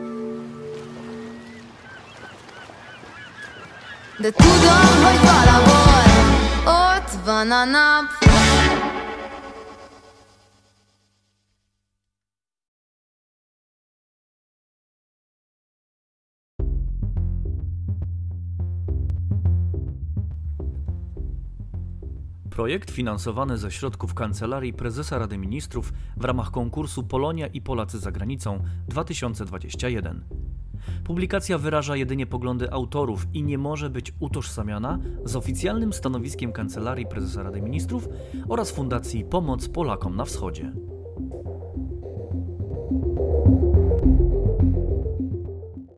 de tudom, hogy valahol ott van a nap. Projekt finansowany ze środków Kancelarii Prezesa Rady Ministrów w ramach konkursu Polonia i Polacy za granicą 2021. Publikacja wyraża jedynie poglądy autorów i nie może być utożsamiana z oficjalnym stanowiskiem Kancelarii Prezesa Rady Ministrów oraz Fundacji Pomoc Polakom na Wschodzie.